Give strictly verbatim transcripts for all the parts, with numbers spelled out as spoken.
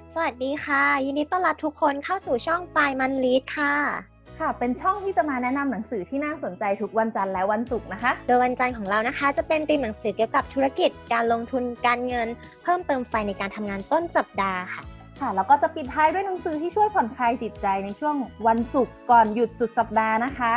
สวัสดีค่ะยินดีต้อนรับทุกคนเข้าสู่ช่อง Find Money ค่ะค่ะเป็นช่องที่จะมาแนะนำหนังสือที่น่าสนใจทุกวันจันทร์และวันศุกร์นะคะโดยวันจันทร์ของเรานะคะจะเป็นธีมหนังสือเกี่ยวกับธุรกิจการลงทุนการเงินเพิ่มเติมไฟในการทำงานต้นสัปดาห์ค่ะค่ะแล้วก็จะปิดท้ายด้วยหนังสือที่ช่วยผ่อนคลายจิตใจในช่วงวันศุกร์ก่อนหยุดสุดสัปดาห์นะคะ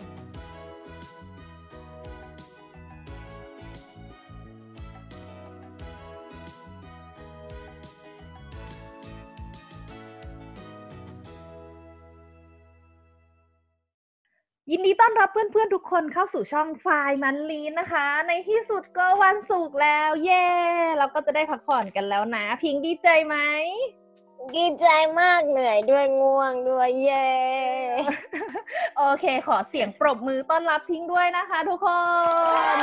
ยินดีต้อนรับเพื่อนๆทุกคนเข้าสู่ช่อง Find Money นะคะในที่สุดก็วันศุกร์แล้วเย้เราก็จะได้พักผ่อนกันแล้วนะพิงดีใจไหมดีใจมากเหนื่อยด้วยง่วงด้วยเย้โอเคขอเสียงปรบมือต้อนรับพิงด้วยนะคะทุกคน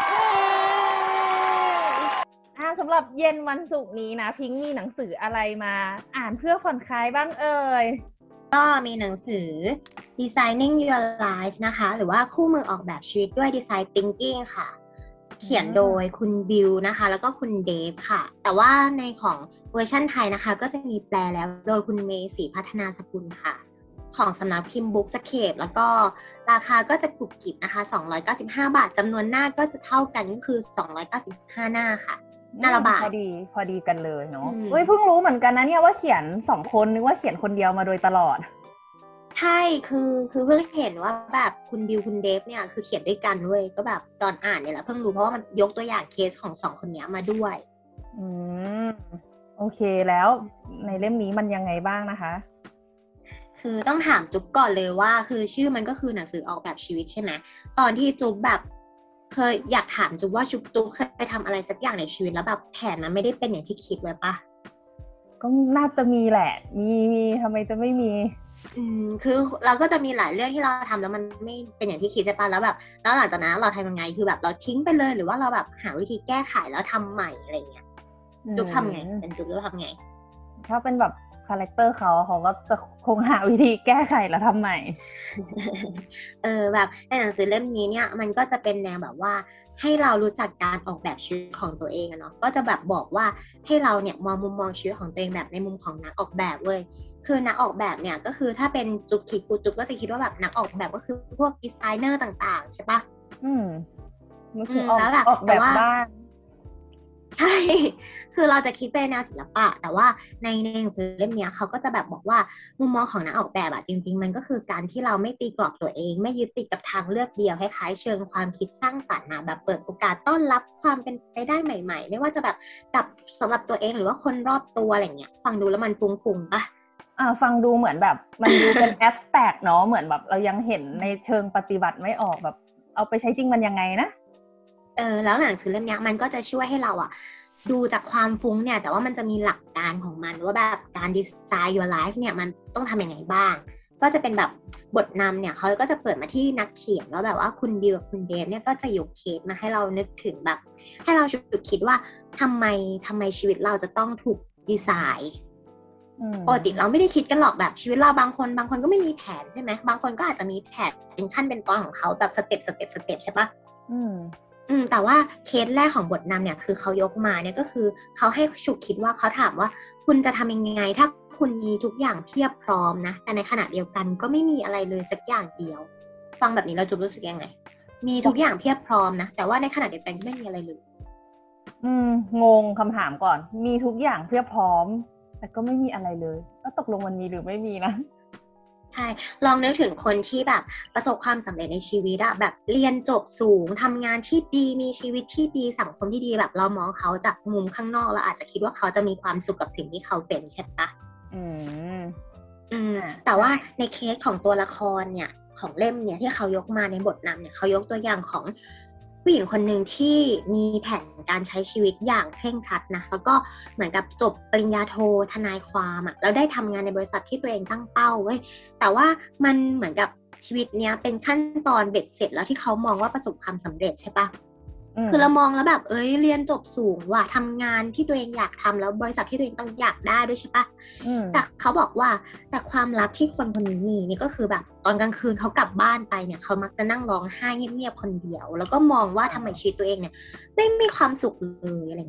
อ่าสำหรับเย็นวันศุกร์นี้นะพิงมีหนังสืออะไรมาอ่านเพื่อผ่อนคลายบ้างเอ่ยก็มีหนังสือ Designing Your Life นะคะหรือว่าคู่มือออกแบบชีวิตด้วย Design Thinking ค่ะเขียนโดยคุณบิวนะคะแล้วก็คุณเดฟค่ะแต่ว่าในของเวอร์ชั่นไทยนะคะก็จะมีแปลแล้วโดยคุณเมย์ศรีพัฒนาสกุลค่ะของสำนักพิมพ์ Bookscape แล้วก็ราคาก็จะกุบกิบนะคะสองร้อยเก้าสิบห้าบาทจำนวนหน้าก็จะเท่ากันก็คือสองร้อยเก้าสิบห้าหน้าค่ะหน้าละบาทพอดีพอดีกันเลยเนาะเฮ้ยเพิ่งรู้เหมือนกันนะเนี่ยว่าเขียนสองคนนึกว่าเขียนคนเดียวมาโดยตลอดใช่คือคือเพิ่งเห็นว่าแบบคุณบิวคุณเดฟเนี่ยคือเขียนด้วยกันเว้ยก็แบบตอนอ่านเนี่ยแหละเพิ่งรู้เพราะว่ามันยกตัวอย่างเคสของสองคนนี้มาด้วยอืมโอเคแล้วในเล่มนี้มันยังไงบ้างนะคะคือต้องถามจุ๊บก่อนเลยว่าคือชื่อมันก็คือหนังสือออกแบบชีวิตใช่ไหมตอนที่จุ๊บแบบเคยอยากถามจุ๊บว่าจุ๊บจุ๊บเคยไปทำอะไรสักอย่างในชีวิตแล้วแบบแผนมันไม่ได้เป็นอย่างที่คิดไว้ปะก็น่าจะมีแหละมีมีทำไมจะไม่มีอืมคือเราก็จะมีหลายเรื่องที่เราทำแล้วมันไม่เป็นอย่างที่คิดใช่ปะแล้วแบบแล้วหลังจากนั้นเราทำยังไงคือแบบเราทิ้งไปเลยหรือว่าเราแบบหาวิธีแก้ไขแล้วทำใหม่อะไรเงี้ยจุ๊บทำไงเป็นจุ๊บจุ๊บทำไงถ้าเป็นแบบคาแรคเตอร์เขาเขาก็จะคงหาวิธีแก้ไขแล้วทำใหม่เออแบบในหนังสือเล่มนี้เนี่ยมันก็จะเป็นแนวแบบว่าให้เรารู้จักการออกแบบชีวิตของตัวเองอะเนาะก็จะแบบบอกว่าให้เราเนี่ยมองมุมมองชีวิตของตัวเองแบบในมุมของนักออกแบบเว้ยคือนักออกแบบเนี่ยก็คือถ้าเป็นจุ๊บคิดกูจุ๊บก็จะคิดว่าแบบนักออกแบบก็คือพวกดีไซเนอร์ต่างๆใช่ปะอืมมันคือออกออกแบบบ้านใช่คือเราจะคิดเป็นแนวศิลปะแต่ว่าในในหนังสือเล่มนี้เขาก็จะแบบบอกว่ามุมมองของนักออกแบบอะจริงๆมันก็คือการที่เราไม่ตีกรอบตัวเองไม่ยึดติดกับทางเลือกเดียวคล้ายๆเชิงความคิดสร้างสรรค์นะแบบเปิดโอกาสต้อนรับความเป็นไปได้ใหม่ๆไม่ว่าจะแบบกับสำหรับตัวเองหรือว่าคนรอบตัวอะไรเงี้ยฟังดูแล้วมันฟุ้งๆปะอ่าฟังดูเหมือนแบบมันดูเป็นแอบสแตรกเนาะเหมือนแบบเรายังเห็นในเชิงปฏิบัติไม่ออกแบบเอาไปใช้จริงมันยังไงนะเออแล้วหนังสือเล่มนี้มันก็จะช่วยให้เราอะดูจากความฟุ้งเนี่ยแต่ว่ามันจะมีหลักการของมันว่าแบบการดีไซน์ your life เนี่ยมันต้องทำยังไงบ้างก็จะเป็นแบบบทนำเนี่ยเขาก็จะเปิดมาที่นักเขียนแล้วแบบว่าคุณบิวกับคุณเดฟเนี่ยก็จะยกเคสมาให้เรานึกถึงแบบให้เราฉุกคิดว่าทำไมทำไมชีวิตเราจะต้องถูกดีไซน์ปกติเราไม่ได้คิดกันหรอกแบบชีวิตเราบางคนบางคนก็ไม่มีแผนใช่ไหมบางคนก็อาจจะมีแผนเป็นขั้นเป็นตอนของเขาแบบสเต็ปสเต็ปสเต็ปใช่ปะอืมอืมแต่ว่าเคสแรกของบทนำเนี่ยคือเขายกมาเนี่ยก็คือเขาให้ฉุกคิดว่าเขาถามว่าคุณจะทำยังไงถ้าคุณมีทุกอย่างเพียบพร้อมนะแต่ในขณะเดียวกันก็ไม่มีอะไรเลยสักอย่างเดียวฟังแบบนี้เราจุ๊บรู้สึกยังไงมีทุกอย่างเพียบพร้อมนะแต่ว่าในขณะเดียวกันไม่มีอะไรเลยอืมงงคำถามก่อนมีทุกอย่างเพียบพร้อมแต่ก็ไม่มีอะไรเลยแล้วตกลงมันมีหรือไม่มีนะใช่ลองนึกถึงคนที่แบบประสบความสำเร็จในชีวิตอะแบบเรียนจบสูงทำงานที่ดีมีชีวิตที่ดีสังคมที่ดีแบบเรามองเขาจากมุมข้างนอกเราอาจจะคิดว่าเขาจะมีความสุขกับสิ่งที่เขาเป็นใช่ปะอืมอืมแต่ว่าในเคสของตัวละครเนี่ยของเล่มเนี่ยที่เขายกมาในบทนำเนี่ยเขายกตัวอย่างของผู้หญิงคนหนึ่งที่มีแผนการใช้ชีวิตอย่างเคร่งครัดนะแล้วก็เหมือนกับจบปริญญาโททนายความอ่ะแล้วได้ทำงานในบริษัทที่ตัวเองตั้งเป้าเว้ยแต่ว่ามันเหมือนกับชีวิตเนี้ยเป็นขั้นตอนเบ็ดเสร็จแล้วที่เขามองว่าประสบความสำเร็จใช่ปะคือเรามองแล้วแบบเอ้ยเรียนจบสูงว่ะทำงานที่ตัวเองอยากทำแล้วบริษัทที่ตัวเองต้องอยากได้ด้วยใช่ปะแต่เขาบอกว่าแต่ความลับที่คนคนนี้มีนี่ก็คือแบบตอนกลางคืนเขากลับบ้านไปเนี่ยเขามักจะนั่งร้องไห้เงียบๆคนเดียวแล้วก็มองว่าทำไมชีวิตตัวเองเนี่ยไม่มีความสุขเลยอะไรเงี้ย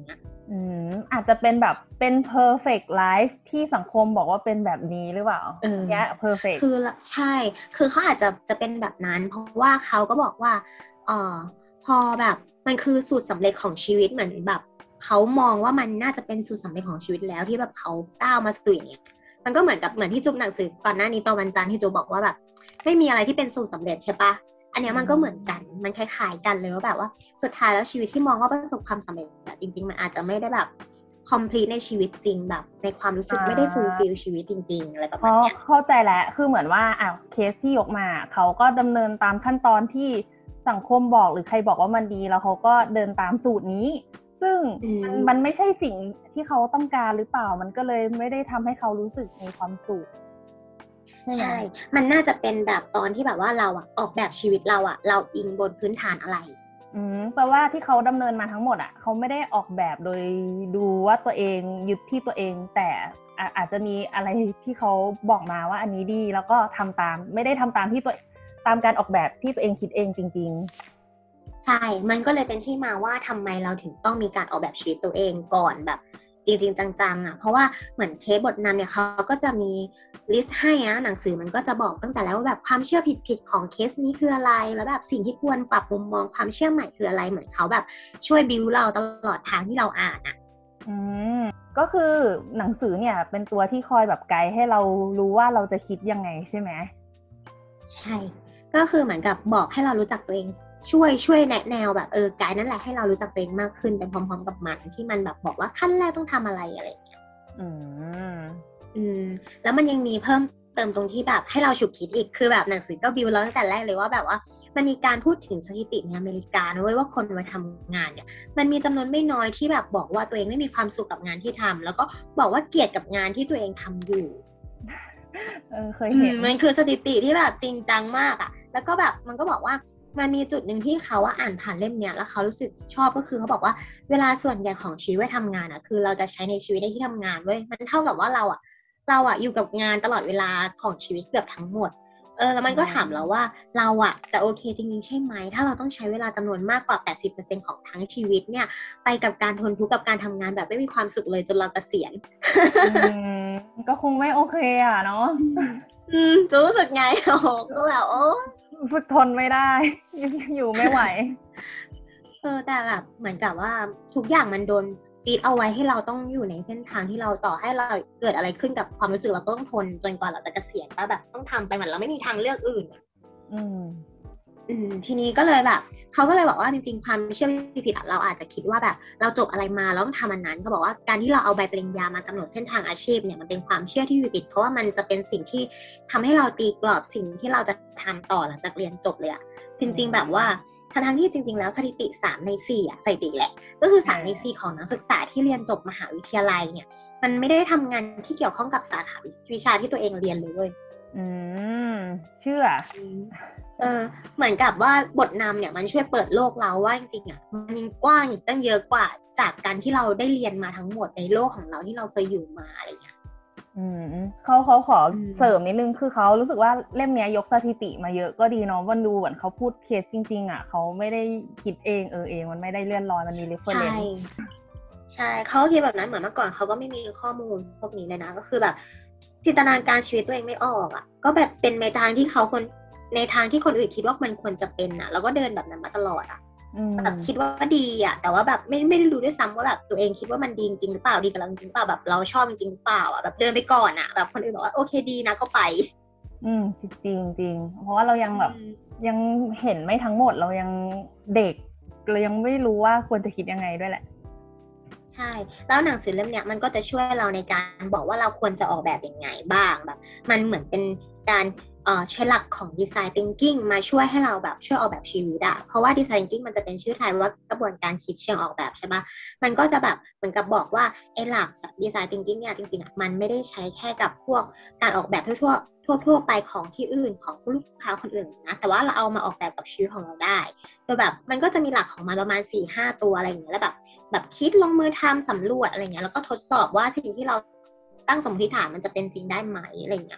อืมอาจจะเป็นแบบเป็น perfect life ที่สังคมบอกว่าเป็นแบบนี้หรือเปล่าเออเนี้ย perfect คือใช่คือเขาอาจจะจะเป็นแบบนั้นเพราะว่าเขาก็บอกว่าเออพอแบบมันคือสูตรสำเร็จของชีวิตเหมือนแบบเขามองว่ามันน่าจะเป็นสูตรสำเร็จของชีวิตแล้วที่แบบเขาก้าวมาสู่อย่างเงี้ยมันก็เหมือนกับเหมือนที่จุ๊บหนังสือก่อนหน้านี้ตอนวันจันทร์ที่จุ๊บบอกว่าแบบไม่มีอะไรที่เป็นสูตรสำเร็จใช่ปะอันเนี้ยมันก็เหมือนกันมันคล้ายๆกันเลยว่าแบบว่าสุดท้ายแล้วชีวิตที่มองว่าประสบความสำเร็จจริงๆมันอาจจะไม่ได้แบบcomplete ในชีวิตจริงแบบในความรู้สึกไม่ได้ fulfill ชีวิตจริงๆอะไรประมาณเนี้ยเข้าใจแล้วคือเหมือนว่าอ่ะเคสที่ยกมาเขาก็ดำเนินตามขั้นตอนที่สังคมบอกหรือใครบอกว่ามันดีแล้วเขาก็เดินตามสูตรนี้ซึ่งมันมันไม่ใช่สิ่งที่เขาต้องการหรือเปล่ามันก็เลยไม่ได้ทำให้เขารู้สึกมีความสุขใช่มันน่าจะเป็นแบบตอนที่แบบว่าเราอะออกแบบชีวิตเราอะเราอิงบนพื้นฐานอะไรอืมแปลว่าที่เขาดำเนินมาทั้งหมดอ่ะเขาไม่ได้ออกแบบโดยดูว่าตัวเองยึดที่ตัวเองแต่อาจจะมีอะไรที่เขาบอกมาว่าอันนี้ดีแล้วก็ทำตามไม่ได้ทำตามที่ตัวตามการออกแบบที่ตัวเองคิดเองจริงๆใช่มันก็เลยเป็นที่มาว่าทำไมเราถึงต้องมีการออกแบบชีวิตตัวเองก่อนแบบจริงๆจังๆอ่ะเพราะว่าเหมือนเคสบทนั้นเนี่ยเขาก็จะมีลิสต์ให้นะหนังสือมันก็จะบอกตั้งแต่แล้วว่าแบบความเชื่อผิดๆของเคสนี้คืออะไรแล้วแบบสิ่งที่ควรปรับมุมมองความเชื่อใหม่คืออะไรเหมือนเขาแบบช่วยบิวเราตลอดทางที่เราอ่านอ่ะอืมก็คือหนังสือเนี่ยเป็นตัวที่คอยแบบไกด์ให้เรารู้ว่าเราจะคิดยังไงใช่ไหมใช่ก็คือเหมือนกับบอกให้เรารู้จักตัวเองช่วยช่วยแนะแนวแบบเออไกด์นั่นแหละให้เรารู้จักตัวเองมากขึ้นไปพร้อมๆกับมันที่มันแบบบอกว่าขั้นแรกต้องทำอะไรอะไรอย่างเงี้ยอืมอืมแล้วมันยังมีเพิ่มเติมตรงที่แบบให้เราฉุกคิดอีกคือแบบหนังสือก็บิวแล้วตั้งแต่แรกเลยว่าแบบว่ามันมีการพูดถึงสถิติในอเมริกานะเว้ยว่าคนวัยทำงานเนี่ยมันมีจำนวนไม่น้อยที่แบบบอกว่าตัวเองไม่มีความสุขกับงานที่ทำแล้วก็บอกว่าเกลียดกับงานที่ตัวเองทำอยู่เออเคยเห็นมันคือสถิติที่แบบจริงจังมากอ่ะแล้วก็แบบมันก็บอกว่ามันมีจุดหนึ่งที่เขาอ่านผ่านเล่มเนี้ยแล้วเขารู้สึกชอบก็คือเขาบอกว่าเวลาส่วนใหญ่ของชีวิตไว้ทำงานอ่ะคือเราจะใช้ในชีวิตในที่ทำงานเว้ยมันเท่ากับว่าเราอ่ะเราอ่ะอยู่กับงานตลอดเวลาของชีวิตเกือบทั้งหมดเออแล้วมันก็ถามเราว่าเราอ่ะจะโอเคจริงๆใช่ไหมถ้าเราต้องใช้เวลาจำนวนมากกว่า แปดสิบเปอร์เซ็นต์ ของทั้งชีวิตเนี่ยไปกับการทนทุกข์กับการทำงานแบบไม่มีความสุขเลยจนเราเกษียณก็คงไม่โอเคอ่ะเนาะอืมจะรู้สึกไงโอ้ก็แบบโอ้ฝึกทนไม่ได้อยู่ไม่ไหวเออแต่แบบเหมือนกับว่าทุกอย่างมันโดนฟีดเอาไว้ให้เราต้องอยู่ในเส้นทางที่เราต่อให้เราเกิดอะไรขึ้นกับความรู้สึกเราก็ต้องทนจนกว่าเราจะเกษียณป่ะแบบต้องทำไปเหมือนเราไม่มีทางเลือกอื่นอืมอืมทีนี้ก็เลยแบบเขาก็เลยบอกว่าจริงๆความเชื่อผิดๆเราอาจจะคิดว่าแบบเราจบอะไรมาแล้วต้องทำอันนั้นเขาบอกว่าการที่เราเอาใบปริญญามากำหนดเส้นทางอาชีพเนี่ยมันเป็นความเชื่อที่ผิดเพราะว่ามันจะเป็นสิ่งที่ทำให้เราตีกรอบสิ่งที่เราจะทำต่อหลังจากเรียนจบเลยอะจริงๆแบบว่าทั้งที่จริงๆแล้วสถิติสามในสี่อะสถิติแหละก็คือสามในสี่ของนักศึกษาที่เรียนจบมหาวิทยาลัยเนี่ยมันไม่ได้ทำงานที่เกี่ยวข้องกับสาขาวิชาที่ตัวเองเรียนเลยอืมเชื่อเออเหมือนกับว่าบทนำเนี่ยมันช่วยเปิดโลกเราว่าจริงๆอ่ะมันยังกว้างอีกตั้งเยอะกว่าจากการที่เราได้เรียนมาทั้งหมดในโลกของเราที่เราเคยอยู่มาอะไรเงี้ยอืมเขาเขาขอเสริมนิดนึงคือเขารู้สึกว่าเล่มนี้ยกสถิติมาเยอะก็ดีเนาะวันดูเหมือนเขาพูดเคสจริงๆอ่ะเขาไม่ได้คิดเองเออเองมันไม่ได้เลื่อนลอยมันมีเรฟเฟอเรนซ์ใช่เขาคิดแบบนั้นเหมือนเมื่อก่อนเขาก็ไม่มีข้อมูลพวกนี้เลยนะก็คือแบบจินตนาการชีวิตตัวเองไม่ออกอ่ะก็แบบเป็นในทางที่เขาคนในทางที่คนอื่นคิดว่ามันควรจะเป็นอ่ะแล้วก็เดินแบบนั้นมาตลอดอ่ะแบบคิดว่าดีอ่ะแต่ว่าแบบไม่ไม่ได้รู้ด้วยซ้ำว่าแบบตัวเองคิดว่ามันดีจริงหรือเปล่าดีกับเราจริงหรือเปล่าแบบเราชอบจริงหรือเปล่าอ่ะแบบเดินไปก่อนอ่ะแบบคนอื่นบอกว่าโอเคดีนะก็ไปอืมจริงจริงเพราะว่าเรายังแบบยังเห็นไม่ทั้งหมดเรายังเด็กเรายังไม่รู้ว่าควรจะคิดยังไงด้วยแหละใช่แล้วหนังสือเล่มเนี้ยมันก็จะช่วยเราในการบอกว่าเราควรจะออกแบบยังไงบ้างแบบมันเหมือนเป็นการเอ่อใช้หลักของ Design Thinking มาช่วยให้เราแบบช่วยออกแบบชีวิตอะเพราะว่า Design Thinking มันจะเป็นชื่อไทยว่ากระบวนการคิดเชิงออกแบบใช่ปะมันก็จะแบบเหมือนกับบอกว่าไอ้หลัก Design Thinking เนี่ยจริงๆอะมันไม่ได้ใช้แค่กับพวกการออกแบบทั่วๆทั่วๆไปของที่อื่นของลูกค้าคนอื่นนะแต่ว่าเราเอามาออกแบบกับชีวิตของเราได้โดยแบบมันก็จะมีหลักของมันประมาณ สี่ห้า ตัวอะไรอย่างเงี้ยแล้วแบบแบบคิดลงมือทำสำรวจอะไรเงี้ยแล้วก็ทดสอบว่าสิ่งที่เราตั้งสมมติฐานมันจะเป็นจริงได้ไหมอะไรเงี้ย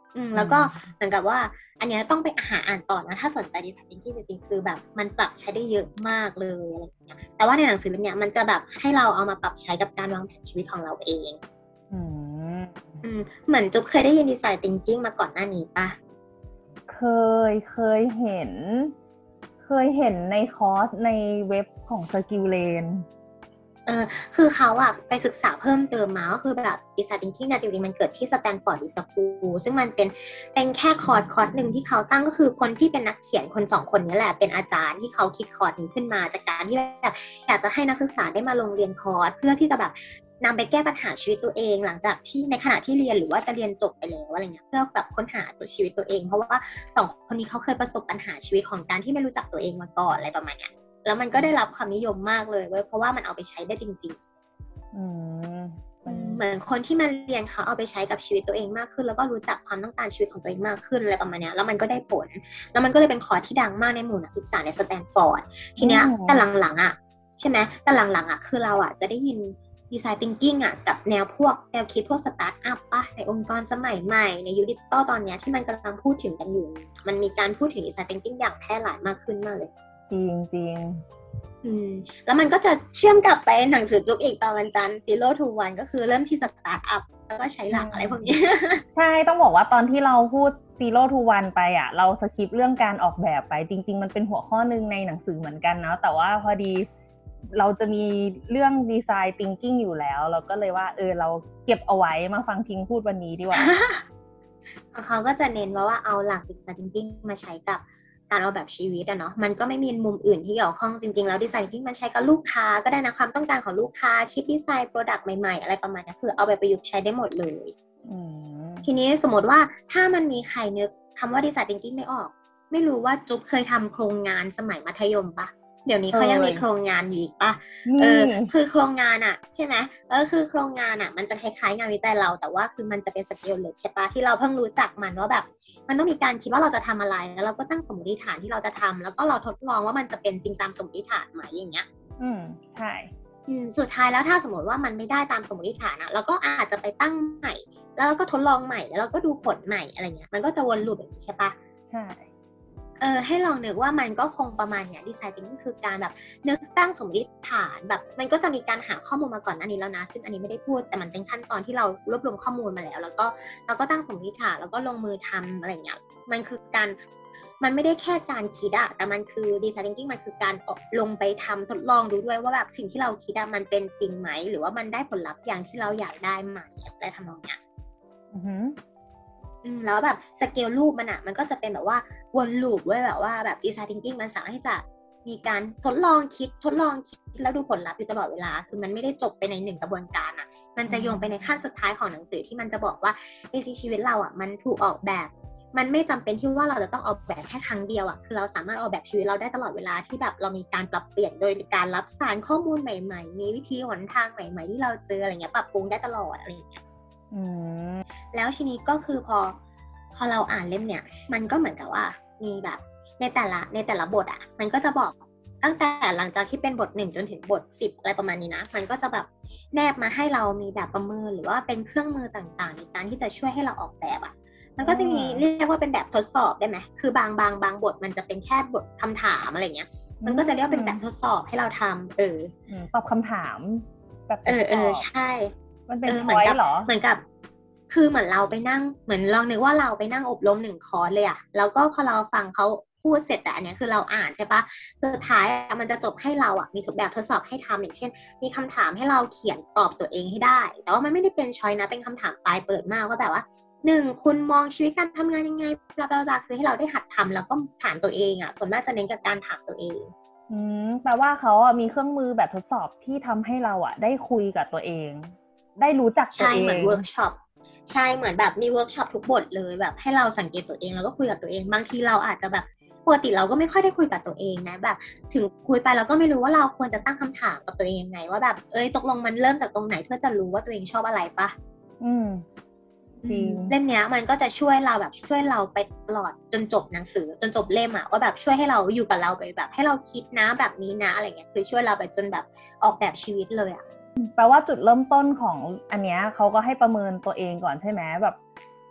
อืมแล้วก็เหมือนกับว่าอันเนี้ยต้องไปหาอ่านต่อนะถ้าสนใจดีไซน์ thinking จริงๆคือแบบมันปรับใช้ได้เยอะมากเลยอะไรอย่างเงี้ยแต่ว่าในหนังสือเล่มเนี้ยมันจะแบบให้เราเอามาปรับใช้กับการวางแผนชีวิตของเราเองอืมอืมเหมือนจุ๊บเคยได้ยินดีไซน์ thinking มาก่อนหน้านี้ปะเคยเคยเห็นเคยเห็นในคอร์สในเว็บของ Skillane เออคือเขาอะไปศึกษาเพิ่มเติมมาก็คือแบบ Design Thinking เนี่ยจริงๆมันเกิดที่ Stanford School ซึ่งมันเป็นเป็นแค่คอร์สคอร์สหนึ่งที่เขาตั้งก็คือคนที่เป็นนักเขียนคนสองคนนี้แหละเป็นอาจารย์ที่เขาคิดคอร์สนี้ขึ้นมาจากการที่แบบอยากจะให้นักศึกษาได้มาลงเรียนคอร์สเพื่อที่จะแบบนำไปแก้ปัญหาชีวิตตัวเองหลังจากที่ในขณะที่เรียนหรือว่าจะเรียนจบไปแล้วอะไรเงี้ยเพื่อแบบค้นหาตัวชีวิตตัวเองเพราะว่าสองคนนี้เขาเคยประสบปัญหาชีวิตของการที่ไม่รู้จักตัวเองมาก่อนอะไรประมาณเนี้ยแล้วมันก็ได้รับความนิยมมากเลยเว้ยเพราะว่ามันเอาไปใช้ได้จริงๆอืมเหมือนคนที่มาเรียนเขาเอาไปใช้กับชีวิตตัวเองมากขึ้นแล้วก็รู้จักความต้องการชีวิตของตัวเองมากขึ้นอะไรประมาณนี้แล้วมันก็ได้ผลแล้วมันก็เลยเป็นคอร์สที่ดังมากในหมู่นักศึกษาในสแตนฟอร์ดทีเนี้ยแต่หลังๆอ่ะใช่ไหมแต่หลังๆอ่ะคือเราอ่ะจะได้ยินดีไซน์ทิงกิ้งอ่ะกับแนวพวกแนวคิดพวกสตาร์ทอัพป่ะในองค์กรสมัยใหม่ในยุคดิจิตอลตอนนี้ที่มันกำลังพูดถึงกันอยู่มันมีการพูดถึงดีไซน์ทิงกิ้งอย่างแพร่หลายมากขึ้นมากเลยจริงจริงอืมแล้วมันก็จะเชื่อมกลับไปหนังสือจุ๊บอีกตอนวันจันทร์ zero to one ก็คือเริ่มที่สตาร์ทอัพแล้วก็ใช้หลักอะไรพวกนี้ใช่ต้องบอกว่าตอนที่เราพูด zero to one ไปอ่ะเราสคิปเรื่องการออกแบบไปจริงๆมันเป็นหัวข้อนึงในหนังสือเหมือนกันเนาะแต่ว่าพอดีเราจะมีเรื่อง design thinking อยู่แล้วเราก็เลยว่าเออเราเก็บเอาไว้มาฟังพิงพูดวันนี้ดีกว่าเขาก็จะเน้นว่าว่าเอาหลัก design thinking มาใช้กับการออกแบบชีวิตอะเนาะมันก็ไม่มีมุมอื่นที่เกี่ยวข้องจริงๆแล้วดีไซน์ thinking มันใช้กับลูกค้าก็ได้นะความต้องการของลูกค้าคิดดีไซน์โปรดักต์ใหม่ๆอะไรประมาณนี้คือเอาไปประยุกต์ใช้ได้หมดเลยทีนี้สมมติว่าถ้ามันมีใครนึกคำว่าดีไซน์ thinking ไม่ออกไม่รู้ว่าจุ๊บเคยทำโครงงานสมัยมัธยมปะเดี๋ยวนี้เขายังมีโครงงานอยู่อีกปะเออคือโครงงานอะใช่ไหมเออคือโครงงานอะมันจะคล้ายๆงานวิจัยเราแต่ว่าคือมันจะเป็นสเกลเล็กใช่ปะที่เราเพิ่งรู้จักมันว่าแบบมันต้องมีการคิดว่าเราจะทำอะไรแล้วเราก็ตั้งสมมติฐานที่เราจะทำแล้วก็เราทดลองว่ามันจะเป็นจริงตามสมมติฐานไหมอย่างเงี้ยอืมใช่สุดท้ายแล้วถ้าสมมติว่ามันไม่ได้ตามสมมติฐานอะเราก็อาจจะไปตั้งใหม่แล้วก็ทดลองใหม่แล้วเราก็ดูผลใหม่อะไรเงี้ยมันก็จะวนลูปแบบนี้ใช่ปะใช่เออให้ลองนึกว่ามันก็คงประมาณเนี้ยดีไซน์ทิงกิ้งคือการแบบนึกตั้งสมมติฐานแบบมันก็จะมีการหาข้อมูลมาก่อนอันนี้แล้วนะซึ่งอันนี้ไม่ได้พูดแต่มันเป็นขั้นตอนที่เรารวบรวมข้อมูลมาแล้วแล้วก็เราก็ตั้งสมมติฐานแล้วก็ลงมือทำอะไรเงี้ยมันคือการมันไม่ได้แค่การคิดอะแต่มันคือดีไซน์ทิงกิ้งมันคือการลงไปทำทดลองดูด้วยว่าแบบสิ่งที่เราคิดอะมันเป็นจริงไหมหรือว่ามันได้ผลลัพธ์อย่างที่เราอยากได้ไหมอะไรทำนองเนี้ยอือฮึแล้วแบบสเกลรูปมันอะมันก็จะเป็นแบบว่าวนลูปไว้แบบว่าแบบดีไซน์ทิงกิ้งมันสามารถที่จะมีการทดลองคิดทดลองคิดแล้วดูผลลัพธ์อยู่ตลอดเวลาคือมันไม่ได้จบไปในหนึ่งกระบวนการอะมันจะโยงไปในขั้นสุดท้ายของหนังสือที่มันจะบอกว่าจริงๆชีวิตเราอะมันถูกออกแบบมันไม่จำเป็นที่ว่าเราจะต้องออกแบบแค่ครั้งเดียวอะคือเราสามารถออกแบบชีวิตเราได้ตลอดเวลาที่แบบเรามีการปรับเปลี่ยนโดยการรับสารข้อมูลใหม่ๆมีวิธีหนทางใหม่ๆที่เราเจออะไรเงี้ยปรับปรุงได้ตลอดอะไรอย่างเงี้ยแล้วทีนี้ก็คือพอพอเราอ่านเล่มเนี่ยมันก็เหมือนกับว่ามีแบบในแต่ละในแต่ละบทอ่ะมันก็จะบอกตั้งแต่หลังจากที่เป็นบทหนึ่งจนถึงบทสิบอะไรประมาณนี้นะมันก็จะแบบแนบมาให้เรามีแบบประเมินหรือว่าเป็นเครื่องมือต่างๆในการที่จะช่วยให้เราออกแบบอ่ะมันก็จะมีเรียกว่าเป็นแบบทดสอบได้ไหมคือบางบางบางบทมันจะเป็นแค่บทคำถามอะไรเงี้ยมันก็จะเรียกเป็นแบบทดสอบให้เราทำเออตอบคำถามแบบเออเออใช่มันเป็นช้อยเหรอเหมือนกับคือเหมือนเราไปนั่งเหมือนลองนึกว่าเราไปนั่งอบรมหนึ่งคอร์สเลยอะแล้วก็พอเราฟังเขาพูดเสร็จแต่อันนี้คือเราอ่านใช่ปะสุดท้ายมันจะจบให้เราอะมีทุกแบบทดสอบให้ทำอย่างเช่นมีคำถามให้เราเขียนตอบตัวเองให้ได้แต่ว่ามันไม่ได้เป็นช้อยนะเป็นคำถามปลายเปิดมากว่าแบบว่าหนึ่งคุณมองชีวิตการทำงานยังไงบลาบลาบลาคือให้เราได้หัดทำแล้วก็ถามตัวเองอะส่วนมากจะเน้นกับการถามตัวเองอืมแปลว่าเขาอ่ะมีเครื่องมือแบบทดสอบที่ทำให้เราอ่ะได้คุยกับตัวเองได้รู้จักตัวเองใช่เหมือนเวิร์กช็อปใช่เหมือนแบบมีเวิร์กช็อปทุกบทเลยแบบให้เราสังเกตตัวเองแล้วก็คุยกับตัวเองบางทีเราอาจจะแบบปกติเราก็ไม่ค่อยได้คุยกับตัวเองนะแบบถึงคุยไปเราก็ไม่รู้ว่าเราควรจะตั้งคำถามกับตัวเองยังไงว่าแบบเอ้ยตกลงมันเริ่มจากตรงไหนเพื่อจะรู้ว่าตัวเองชอบอะไรปะอืมเล่มนี้มันก็จะช่วยเราแบบช่วยเราไปตลอดจนจบหนังสือจนจบเล่มอะว่าแบบช่วยให้เราอยู่กับเราไปแบบให้เราคิดนะแบบนี้นะอะไรเงี้ยคือช่วยเราไปจนแบบออกแบบชีวิตเลยอะแปลว่าจุดเริ่มต้นของอันเนี้ยเขาก็ให้ประเมินตัวเองก่อนใช่ไหมแบบ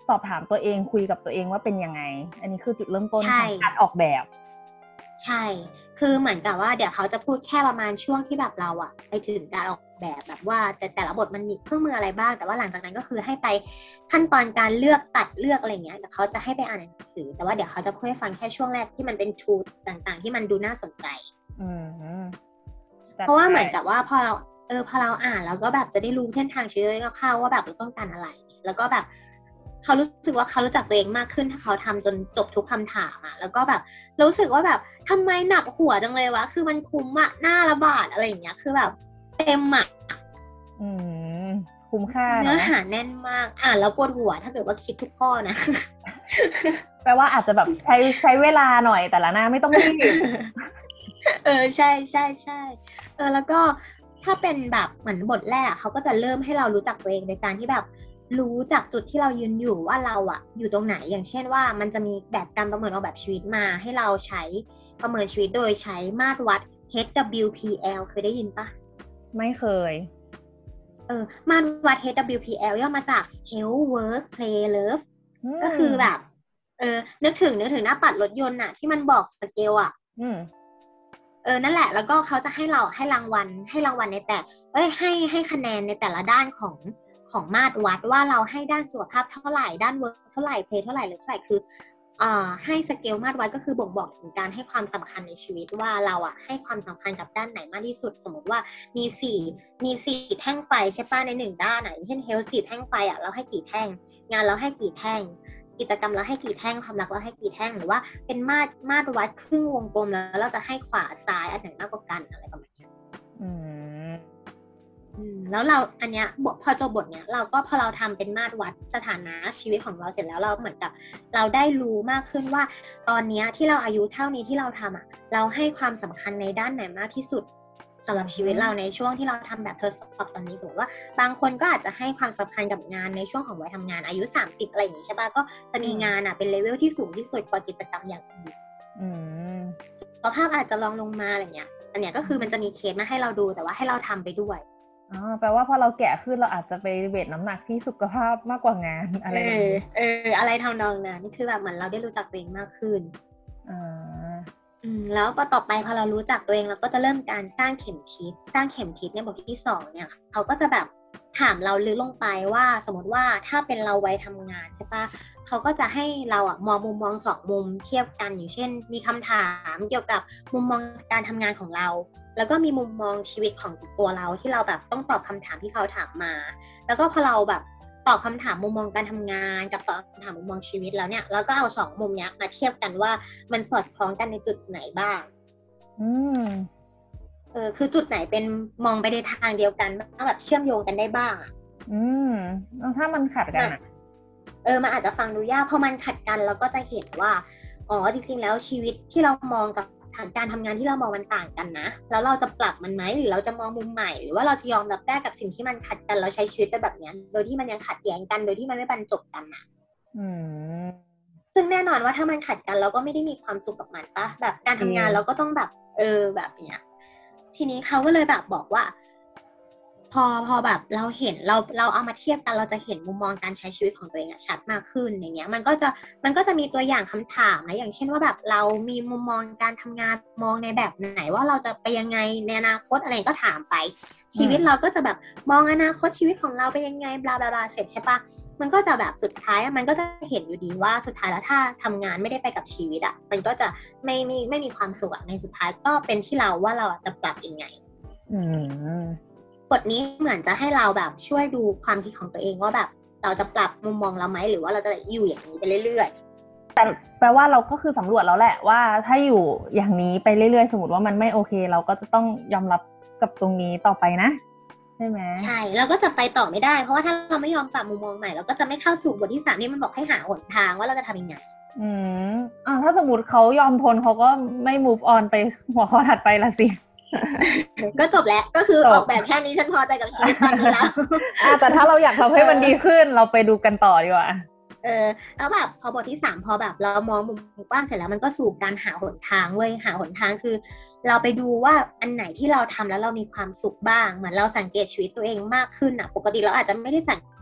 สอบถามตัวเองคุยกับตัวเองว่าเป็นยังไงอันนี้คือจุดเริ่มต้นของการออกแบบใช่คือเหมือนกับว่าเดี๋ยวเขาจะพูดแค่ประมาณช่วงที่แบบเราอะไปถึงการออกแบบแบบว่าแต่แต่ละบทมันมีเครื่องมืออะไรบ้างแต่ว่าหลังจากนั้นก็คือให้ไปขั้นตอนการเลือกตัดเลือกอะไรเงี้ยเดี๋ยวเขาจะให้ไปอ่านหนังสือแต่ว่าเดี๋ยวเขาจะพูดให้ฟังแค่ช่วงแรกที่มันเป็นชูต่างๆที่มันดูน่าสนใจอืมเพราะว่าเหมือนกับว่าพอเราเออพอเราอ่านแล้วก็แบบจะได้รู้เส้นทางชีวิตคร่าวๆว่าแบบเราต้องการอะไรแล้วก็แบบเขารู้สึกว่าเขารู้จักตัวเองมากขึ้นถ้าเขาทำจนจบทุกคำถามอะแล้วก็แบบรู้สึกว่าแบบทำไมหนักหัวจังเลยวะคือมันคุ้มอะหน้าละบาทอะไรอย่างเงี้ยคือแบบเต็มอะอืมคุ้มค่าเนื้อหาแน่นมากอ่านแล้วปวดหัวถ้าเกิดว่าคิดทุกข้อนะแปลว่าอาจจะแบบใช้ใช้เวลาหน่อยแต่ละหน้าไม่ต้องรีบเออใช่ใช่ใช่เออแล้วก็ถ้าเป็นแบบเหมือนบทแรกเขาก็จะเริ่มให้เรารู้จักตัวเองโดยการที่แบบรู้จักจุดที่เรายืนอยู่ว่าเราอะอยู่ตรงไหนอย่างเช่นว่ามันจะมีแบบการประเมินออกแบบชีวิตมาให้เราใช้ประเมินชีวิตโดยใช้มาตรวัด เอช ดับเบิลยู พี แอล เคยได้ยินปะไม่เคยเออมาตรวัด เอช ดับเบิลยู พี แอล ย่อมาจาก Health Work Play Love ก็คือแบบเออนึกถึงนึกถึงหน้าปัดรถยนต์อะที่มันบอกสเกลอะเออนั่นแหละแล้วก็เขาจะให้เราให้รางวัลให้รางวัลในแต่เอ้ยให้ให้คะแนนในแต่ละด้านของของมาตรวัดว่าเราให้ด้านสุขภาพเท่าไหร่ด้านเวิร์กเท่าไหร่เพลย์เท่าไหร่หรือเท่าไหร่คืออ่าให้สเกลมาตรวัดก็คือบ่งบอกถึงการให้ความสำคัญในชีวิตว่าเราอ่ะให้ความสำคัญกับด้านไหนมากที่สุดสมมติว่ามีสี่มีสี่แท่งไฟใช่ป่ะในหนึ่งด้านไหนเช่นเฮลท์สี่แท่งไฟอ่ะเราให้กี่แท่งงานเราให้กี่แท่งกิจกรรมเราให้กี่แท่งความรักเราให้กี่แท่งหรือว่าเป็นมาตรมาตรวัดครึ่งวงกลมแล้วเราจะให้ขวาซ้ายอันไหนมากกว่ากันอะไรประมาณนี้อืมแล้วเราอันเนี้ยพอจบบทเนี้ยเราก็พอเราทำเป็นมาตรวัดสถานะชีวิตของเราเสร็จแล้วเราเหมือนกับเราได้รู้มากขึ้นว่าตอนเนี้ยที่เราอายุเท่านี้ที่เราทำอ่ะเราให้ความสำคัญในด้านไหนมากที่สุดสำหรับชีวิตเราในช่วงที่เราทำแบบทดสอบตอนนี้สมมติว่าบางคนก็อาจจะให้ความสำคัญกับงานในช่วงของวัยทำงานอายุสามสิบอะไรอย่างนี้ใช่ป่ะก็จะมีงานอ่ะเป็นเลเวลที่สูงที่สุดกว่ากิจกรรมอย่างอื่นสุขภาพอาจจะลองลงมาอะไรเงี้ยอันเนี้ยก็คือมันจะมีเคสมาให้เราดูแต่ว่าให้เราทำไปด้วยอ๋อแปลว่าพอเราแก่ขึ้นเราอาจจะไปเวทน้ำหนักที่สุขภาพมากกว่างานอะไรแบบนี้เอออะไรทำนองนั้นคือแบบเหมือนเราได้รู้จักตัวเองมากขึ้นอ่าอืมแล้วพอต่อไปพอเรารู้จักตัวเองเราก็จะเริ่มการสร้างเข็มทิศสร้างเข็มทิศในบทที่สองเนี่ยเขาก็จะแบบถามเราลึกลงไปว่าสมมติว่าถ้าเป็นเราวัยทำงานใช่ปะเขาก็จะให้เราอะมองมุมมองสองมุมเทียบกันอย่างเช่นมีคำถามเกี่ยวกับมุมมองการทำงานของเราแล้วก็มีมุมมองชีวิตของตัวเราที่เราแบบต้องตอบคำถามที่เขาถามมาแล้วก็พอเราแบบตอบคำถามมุมมองการทำงานกับตอบคำถามมุมมองชีวิตแล้วเนี่ยเราก็เอาสองมุมเนี้ยมาเทียบกันว่ามันสอดคล้องกันในจุดไหนบ้างอืมเออคือจุดไหนเป็นมองไปในทางเดียวกันแบบเชื่อมโยงกันได้บ้างอ่ะอืมแล้วถ้ามันขัดกันอ่ะเออมันอาจจะฟังดูยากพอมันขัดกันเราก็จะเห็นว่าอ๋อจริงๆแล้วชีวิตที่เรามองกับการทำงานที่เรามองมันต่างกันนะแล้วเราจะปรับมันไหมหรือเราจะมองมุมใหม่หรือว่าเราจะยอมรับได้กับสิ่งที่มันขัดกันแล้วใช้ชีวิตไปแบบนี้โดยที่มันยังขัดแย้งกันโดยที่มันไม่บรรจบกันน่ะอืมซึ่งแน่นอนว่าถ้ามันขัดกันเราก็ไม่ได้มีความสุขกับมันปะแบบการทำงานเราก็ต้องแบบเออแบบเนี้ยทีนี้เขาก็เลยแบบบอกว่าพอพอแบบเราเห็นเราเราเอามาเทียบกันเราจะเห็นมุมมองการใช้ชีวิตของตัวเองอะชัดมากขึ้นอย่างเงี้ยมันก็จะมันก็จะมีตัวอย่างคำถามนะอย่างเช่นว่าแบบเรามีมุมมองการทำงานมองในแบบไหนว่าเราจะไปยังไงในอนาคตอะไรก็ถามไปชีวิตเราก็จะแบบมองอนาคตชีวิตของเราไปยังไงบลาบลาบลาเสร็จใช่ปะมันก็จะแบบสุดท้ายมันก็จะเห็นอยู่ดีว่าสุดท้ายแล้วถ้าทำงานไม่ได้ไปกับชีวิตอะมันก็จะไม่มีไม่มีความสุขในสุดท้ายก็เป็นที่เราว่าเราจะปรับยังไงอืมบทนี้เหมือนจะให้เราแบบช่วยดูความคิดของตัวเองว่าแบบเราจะปรับมุมมองเราไหมหรือว่าเราจะอยู่อย่างนี้ไปเรื่อยๆแต่แปลว่าเราก็คือสำรวจแล้วแหละว่าถ้าอยู่อย่างนี้ไปเรื่อยๆสมมติว่ามันไม่โอเคเราก็จะต้องยอมรับกับตรงนี้ต่อไปนะใช่ไหมใช่เราก็จะไปต่อไม่ได้เพราะว่าถ้าเราไม่ยอมปรับมุมมองใหม่เราก็จะไม่เข้าสู่บทที่สามที่มันบอกให้หาหนทางว่าเราจะทำยังไงอืมอ่าถ้าสมมติเขายอมทนเขาก็ไม่ move on ไปหัวข้อถัดไปละสิก็จบแล้วก็คือออกแบบแค่นี้ฉันพอใจกับชีวิตตอนนี้แล้วแต่ถ้าเราอยากทำให้มันดีขึ้นเราไปดูกันต่อดีกว่าเออแล้วแบบพอบทที่สามพอแบบเรามองมุมกว้างเสร็จแล้วมันก็สู่การหาหนทางเว้ยหาหนทางคือเราไปดูว่าอันไหนที่เราทำแล้วเรามีความสุขบ้างเหมือนเราสังเกตชีวิตตัวเองมากขึ้นอ่ะปกติเราอาจจะไม่ได้สัง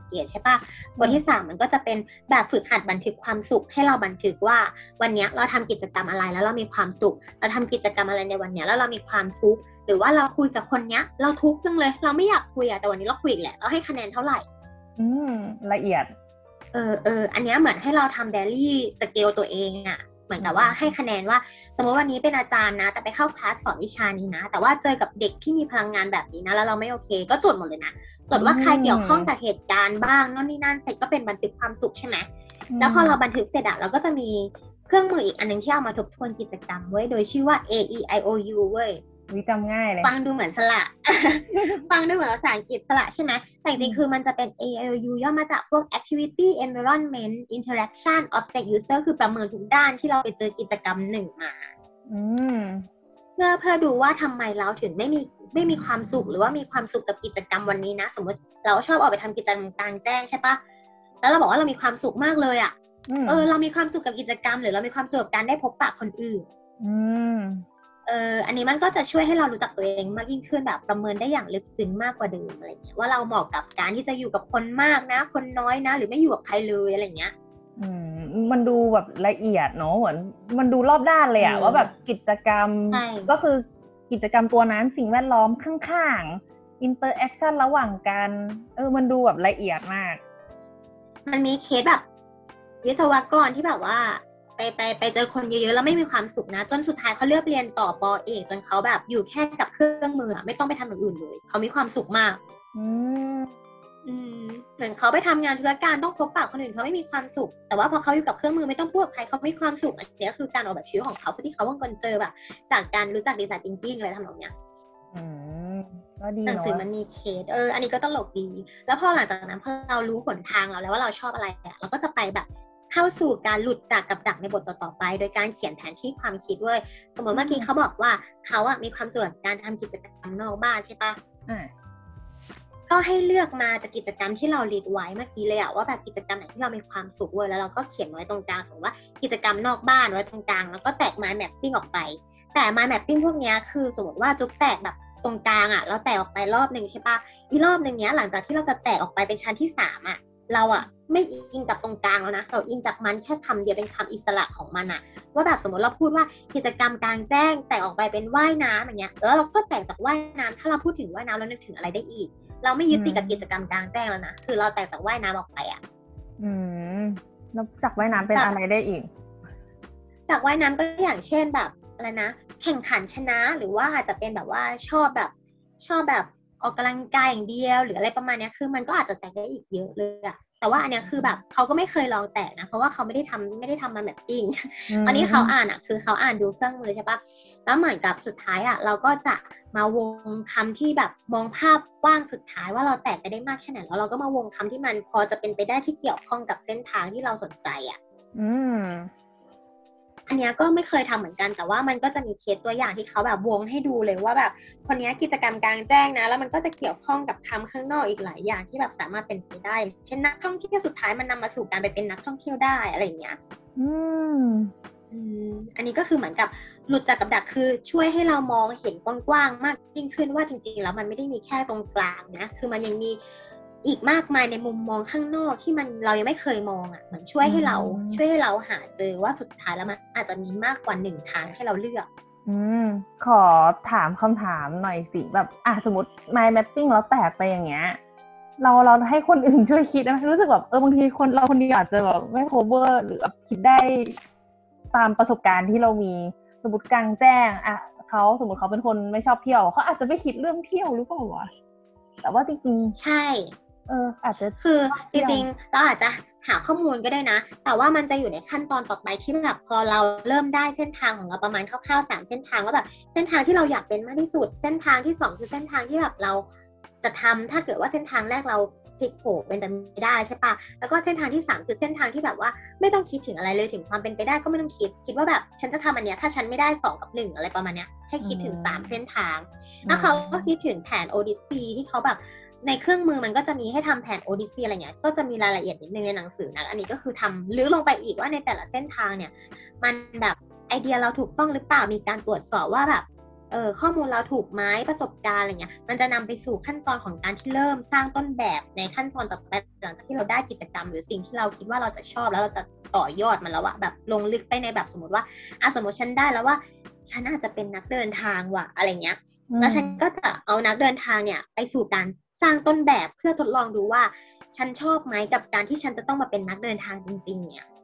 เกตใช่ปะตัวที่สามมันก็จะเป็นแบบฝึกหัดบันทึกความสุขให้เราบันทึกว่าวันนี้เราทำกิจกรรมอะไรแล้วเรามีความสุขเราทำกิจกรรมอะไรในวันนี้แล้วเรามีความทุกข์หรือว่าเราคุยกับคนนี้เราทุกข์จังเลยเราไม่อยากคุยอะแต่วันนี้เราคุยอีกแหละเราให้คะแนนเท่าไหร่อืมละเอียดเออเอออันนี้เหมือนให้เราทำเดลี่สเกลตัวเองอะเหมือนกับว่าให้คะแนนว่าสมมติวันนี้เป็นอาจารย์นะแต่ไปเข้าคลาสสอนวิชานี้นะแต่ว่าเจอกับเด็กที่มีพลังงานแบบนี้นะแล้วเราไม่โอเคก็จดหมดเลยนะจดว่าใครเกี่ยวข้องกับเหตุการณ์บ้างนั่นนี่นั่นเสร็จก็เป็นบันทึกความสุขใช่ไหมแล้วพอเราบันทึกเสร็จอะเราก็จะมีเครื่องมืออีกอันนึงที่เอามาทบทวนกิจกรรมเว้ยโดยชื่อว่า เอ อี ไอ โอ ยู เว้ยวิจำง่ายเลยฟังดูเหมือนสระ ฟังดูเหมือนภาษาอังกฤษสระใช่ไหมแต่จริงๆคือมันจะเป็น เอ ไอ โอ ยู ย่อมาจากพวก activity environment interaction object user คือประเมินทุกด้านที่เราไปเจอกิจกรรมหนึ่งมาเพื่อเพื่อดูว่าทำไมเราถึงไม่มีไม่มีความสุขหรือว่ามีความสุขกับกิจกรรมวันนี้นะสมมติเราชอบออกไปทำกิจกรรมกลางแจ้งใช่ปะแล้วเราบอกว่าเรามีความสุขมากเลยอ่ะเออเรามีความสุขกับกิจกรรมหรือเรามีความสุขกับการได้พบปะคนอื่นเอออันนี้มันก็จะช่วยให้เรารู้จักตัวเองมากยิ่งขึ้นแบบประเมินได้อย่างลึกซึ้งมากกว่าเดิมอะไรเงี้ยว่าเราเหมาะกับการที่จะอยู่กับคนมากนะคนน้อยนะหรือไม่อยู่กับใครเลยอะไรเงี้ยอืมมันดูแบบละเอียดเนาะเหมือนมันดูรอบด้านเลยอะว่าแบบกิจกรรมก็คือกิจกรรมตัวนั้นสิ่งแวดล้อมข้างๆอินเตอร์แอคชั่นระหว่างกันเออมันดูแบบละเอียดมากมันมีเคสแบบวิศวกรที่แบบว่าไปไปไปเจอคนเยอะๆแล้วไม่มีความสุขนะจนสุดท้ายเขาเลือกเรียนต่อปอเอกจนเขาแบบอยู่แค่กับเครื่องมือไม่ต้องไปทำอย่างอื่นเลยเขามีความสุขมากอืมอืมเหมือนเขาไปทำงานธุรการต้องพบปะคนอื่นเขาไม่มีความสุขแต่ว่าพอเขาอยู่กับเครื่องมือไม่ต้องพูดกับใครเขาไม่มีความสุขอันนี้คือการออกแบบชีวิตของเขาที่เขาเพิ่งเจอแบบจากการรู้จักดีไซน์ thinking อะไรทำนองเนี้ยอืมก็ดีเนาะหนังสือมันมีเคสเอออันนี้ก็ตลกดีแล้วพอหลังจากนั้นพอเรารู้หนทางเราแล้วว่าเราชอบอะไรอ่ะเราก็จะไปแบบเข้าสู่การหลุดจากกับดักในบทต่อๆไปโดยการเขียนแผนที่ความคิดเว้ยสมมติเมื่อกี้เขาบอกว่าเขาอะมีความสุขกับการทำกิจกรรมนอกบ้านใช่ปะอ่าก็ให้เลือกมาจากกิจกรรมที่เราลิสต์ไว้เมื่อกี้เลยอะว่าแบบกิจกรรมไหนที่เรามีความสุขเว้ยแล้วเราก็เขียนไว้ตรงกลางสมมติว่ากิจกรรมนอกบ้านไว้ตรงกลางแล้วก็แตก mind mapping ออกไปแต่ mind mapping พวกนี้คือสมมติว่าจุ๊บแตกแบบตรงกลางอะเราแตกออกไปรอบนึงใช่ปะอีรอบนึงเนี้ยหลังจากที่เราจะแตกออกไปเป็นชั้นที่สามอะเราอะไม่อิงกับตรงกลางแล้วนะเราอิงจากมันแค่คำเดียวเป็นคำอิสระของมันอะว่าแบบสมมติเราพูดว่ากิจกรรมกลางแจ้งแตกออกไปเป็นว่ายน้ำอย่างเงี้ยแล้วเราก็แตกจากว่ายน้ำถ้าเราพูดถึงว่ายน้ำเรานึกถึงอะไรได้อีกเราไม่ยึดติดกับกิจกรรมกลางแจ้งแล้วนะคือเราแตกจากว่ายน้ำออกไปอะอืมแล้วจากว่ายน้ำเป็นอะไรได้อีกจากว่ายน้ำก็อย่างเช่นแบบอะไรนะแข่งขันชนะหรือว่าอาจจะเป็นแบบว่าชอบแบบชอบแบบออกกำลังกายอย่างเดียวหรืออะไรประมาณนี้คือมันก็อาจจะแตกได้อีกเยอะเลยอะแต่ว่าอันเนี้ยคือแบบเขาก็ไม่เคยลองแตะนะเพราะว่าเขาไม่ได้ทำไม่ได้ทำมาแมปปิ้งอันนี้เขาอ่านอ่ะคือเขาอ่านดูเครื่องมือใช่ปะแล้วเหมือนกับสุดท้ายอ่ะเราก็จะมาวงคำที่แบบมองภาพกว้างสุดท้ายว่าเราแตะไปได้มากแค่ไหนแล้วเราก็มาวงคำที่มันพอจะเป็นไปได้ที่เกี่ยวข้องกับเส้นทางที่เราสนใจอ่ะอืมอันนี้ก็ไม่เคยทำเหมือนกันแต่ว่ามันก็จะมีเคสตัวอย่างที่เขาแบบวงให้ดูเลยว่าแบบคนนี้กิจกรรมกลางแจ้งนะแล้วมันก็จะเกี่ยวข้องกับคำข้างนอกอีกหลายอย่างที่แบบสามารถเป็นไปได้เช่นนักท่องเที่ยวสุดท้ายมันนำมาสู่การไปเป็นนักท่องเที่ยวได้อะไรอย่างเงี้ยอืมอืมอันนี้ก็คือเหมือนกับหลุดจากกับดักคือช่วยให้เรามองเห็นกว้างๆมากยิ่งขึ้นว่าจริงๆแล้วมันไม่ได้มีแค่ตรงกลางนะคือมันยังมีอีกมากมายในมุมมองข้างนอกที่มันเรายังไม่เคยมองอ่ะเหมือนช่วยให้เราช่วยให้เราหาเจอว่าสุดท้ายแล้วมันอาจจะมีมากกว่าหนึ่งทางให้เราเลือกอืมขอถามคำถามหน่อยสิแบบอ่ะสมมติ mind mapping แล้วแตกไปอย่างเงี้ยเราเราให้คนอื่นช่วยคิดนะรู้สึกแบบเออบางทีคนเราคนเดียวอาจจะแบบไม่ cover หรือแบบคิดได้ตามประสบการณ์ที่เรามีสมมติกลางแจ้งอ่ะเขาสมมติเขาเป็นคนไม่ชอบเที่ยวเขาอาจจะไม่คิดเรื่องเที่ยวหรือเปล่าวะแต่ว่าจริงๆใช่เอออาจจะคือจริงๆเราอาจจะหาข้อมูลก็ได้นะแต่ว่ามันจะอยู่ในขั้นตอนต่อไปที่แบบพอเราเริ่มได้เส้นทางของเราประมาณคร่าวๆสามเส้นทางว่าแบบเส้นทางที่เราอยากเป็นมากที่สุดเส้นทางที่สองคือเส้นทางที่แบบเราจะทำถ้าเกิดว่าเส้นทางแรกเราพลิกโผเป็นไปไม่ได้ใช่ปะแล้วก็เส้นทางที่สามคือเส้นทางที่แบบว่าไม่ต้องคิดถึงอะไรเลยถึงความเป็นไปได้ก็ไม่ต้องคิดคิดว่าแบบฉันจะทำอันเนี้ยถ้าฉันไม่ได้สองกับหนึ่งอะไรประมาณเนี้ยให้คิดถึงสามเส้นทางแล้วเขาก็คิดถึงแผน โอ ดิสซี ที่เขาแบบในเครื่องมือมันก็จะมีให้ทำแผน โอ ดิสซี อะไรเงี้ยก็จะมีรายละเอียดนิดนึงในหนังสือนะอันนี้ก็คือทำลึกลงไปอีกว่าในแต่ละเส้นทางเนี่ยมันแบบไอเดียเราถูกต้องหรือเปล่ามีการตรวจสอบว่าแบบเออข้อมูลเราถูกไหมประสบการณ์อะไรเงี้ยมันจะนำไปสู่ขั้นตอนของการที่เริ่มสร้างต้นแบบในขั้นตอนต่อไปหลังจากที่เราได้กิจกรรมหรือสิ่งที่เราคิดว่าเราจะชอบแล้วเราจะต่อยอดมันแล้วอะแบบลงลึกไปในแบบสมมติว่าอ่ะสมมติฉันได้แล้วว่าฉันอาจจะเป็นนักเดินทางว่ะอะไรเงี้ยแล้วฉันก็จะเอานักเดินทางเนี่ยไปสู่การสร้างต้นแบบเพื่อทดลองดูว่าฉันชอบไหมกับการที่ฉันจะต้องมาเป็นนักเดินทางจริงๆเนี่ย